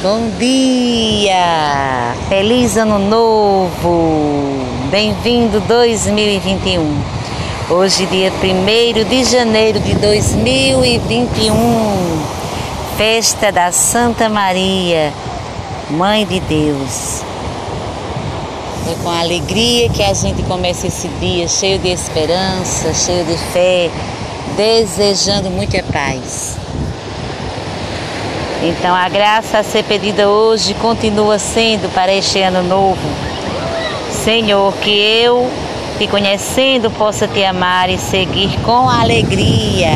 Bom dia! Feliz Ano Novo! Bem-vindo 2021! Hoje, dia 1º de janeiro de 2021, festa da Santa Maria, Mãe de Deus. É com alegria que a gente começa esse dia cheio de esperança, cheio de fé, desejando muita paz. Então a graça a ser pedida hoje continua sendo para este ano novo. Senhor, que eu, te conhecendo, possa te amar e seguir com alegria.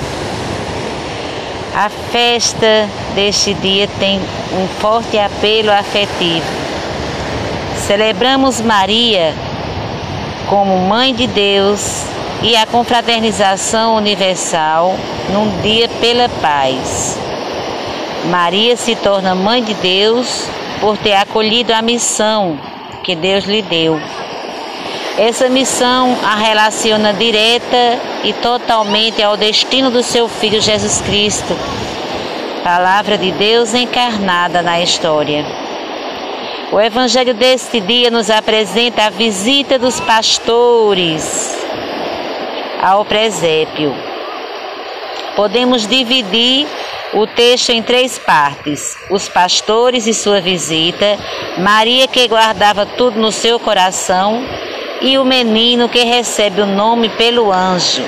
A festa deste dia tem um forte apelo afetivo. Celebramos Maria como Mãe de Deus e a confraternização universal num dia pela paz. Maria se torna Mãe de Deus por ter acolhido a missão que Deus lhe deu. Essa missão a relaciona direta e totalmente ao destino do seu Filho Jesus Cristo, Palavra de Deus encarnada na história. O Evangelho deste dia nos apresenta a visita dos pastores ao presépio. Podemos dividir o texto em 3 partes: os pastores e sua visita, Maria que guardava tudo no seu coração e o menino que recebe o nome pelo anjo.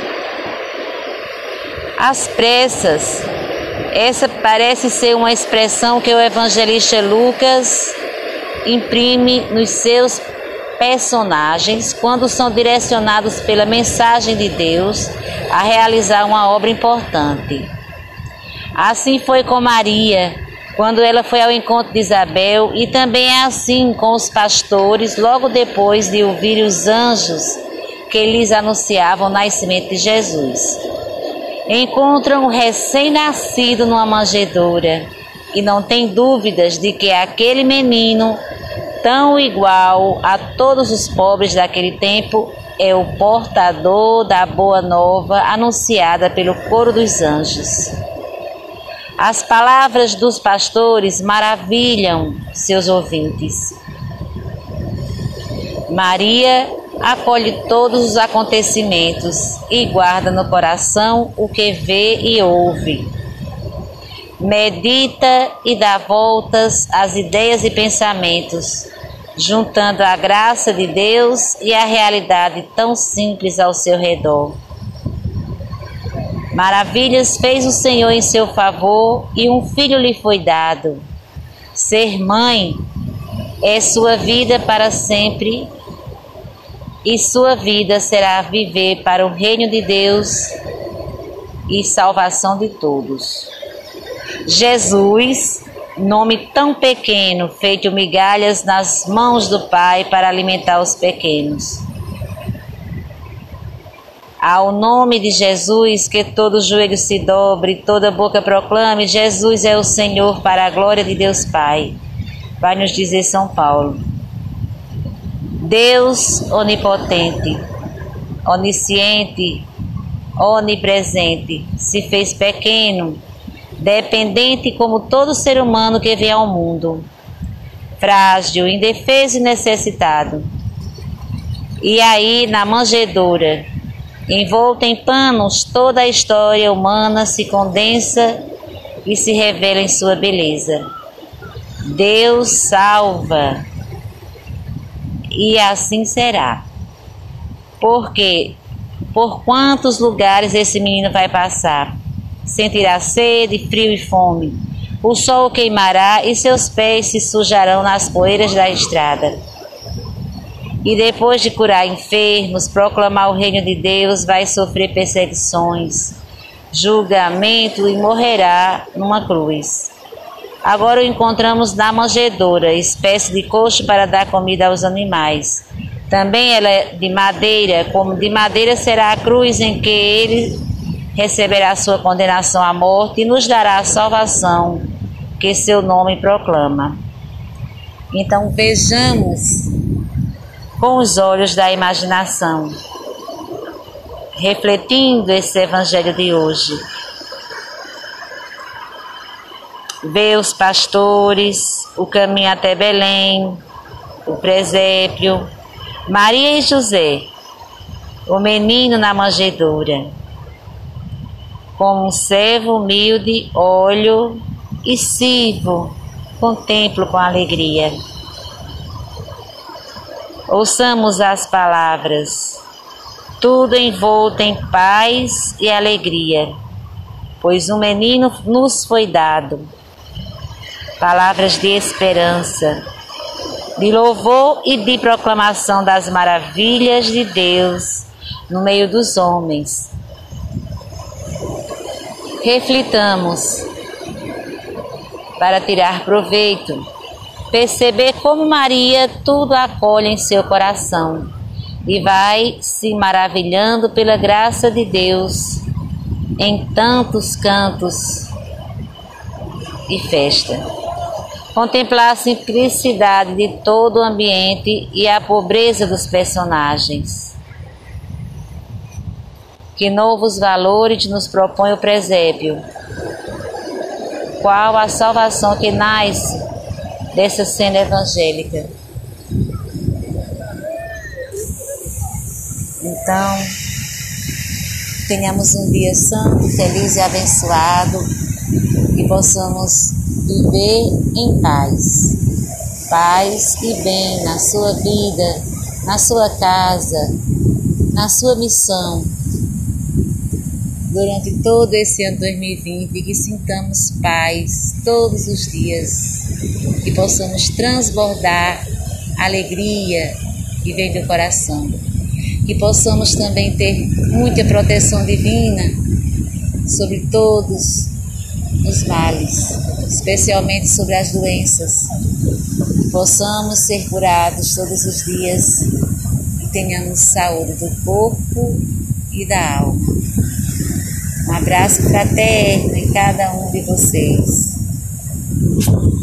Às pressas, essa parece ser uma expressão que o evangelista Lucas imprime nos seus personagens quando são direcionados pela mensagem de Deus a realizar uma obra importante. Assim foi com Maria, quando ela foi ao encontro de Isabel, e também é assim com os pastores, logo depois de ouvir os anjos que lhes anunciavam o nascimento de Jesus. Encontram o recém-nascido numa manjedoura e não tem dúvidas de que aquele menino, tão igual a todos os pobres daquele tempo, é o portador da boa nova anunciada pelo coro dos anjos. As palavras dos pastores maravilham seus ouvintes. Maria acolhe todos os acontecimentos e guarda no coração o que vê e ouve. Medita e dá voltas às ideias e pensamentos, juntando a graça de Deus e a realidade tão simples ao seu redor. Maravilhas fez o Senhor em seu favor e um filho lhe foi dado. Ser mãe é sua vida para sempre e sua vida será viver para o reino de Deus e salvação de todos. Jesus, nome tão pequeno, feito migalhas nas mãos do Pai para alimentar os pequenos. Ao nome de Jesus, que todo joelho se dobre, toda boca proclame: Jesus é o Senhor, para a glória de Deus Pai. Vai nos dizer São Paulo. Deus onipotente, onisciente, onipresente, se fez pequeno, dependente como todo ser humano que vem ao mundo, frágil, indefeso e necessitado. E aí, na manjedoura, envolta em panos, toda a história humana se condensa e se revela em sua beleza. Deus salva, e assim será. Porque por quantos lugares esse menino vai passar? Sentirá sede, frio e fome. O sol o queimará e seus pés se sujarão nas poeiras da estrada. E depois de curar enfermos, proclamar o reino de Deus, vai sofrer perseguições, julgamento e morrerá numa cruz. Agora o encontramos na manjedoura, espécie de coxo para dar comida aos animais. Também ela é de madeira, como de madeira será a cruz em que ele receberá sua condenação à morte e nos dará a salvação que seu nome proclama. Então vejamos com os olhos da imaginação, refletindo esse evangelho de hoje. vê os pastores, o caminho até Belém, o presépio, Maria e José, o menino na manjedoura. Como um servo humilde, olho e sirvo, contemplo com alegria. Ouçamos as palavras, tudo envolto em paz e alegria, pois um menino nos foi dado. Palavras de esperança, de louvor e de proclamação das maravilhas de Deus no meio dos homens. Reflitamos para tirar proveito, perceber como Maria tudo acolhe em seu coração e vai se maravilhando pela graça de Deus em tantos cantos e festa. Contemplar a simplicidade de todo o ambiente e a pobreza dos personagens. Que novos valores nos propõe o presépio? Qual a salvação que nasce dessa cena evangélica? Então, tenhamos um dia santo, feliz e abençoado, e possamos viver em paz. Paz e bem na sua vida, na sua casa, na sua missão. Durante todo esse ano 2020, que sintamos paz todos os dias, que possamos transbordar alegria que vem do coração, que possamos também ter muita proteção divina sobre todos os males, especialmente sobre as doenças, que possamos ser curados todos os dias e tenhamos saúde do corpo e da alma. Um abraço fraterno em cada um de vocês.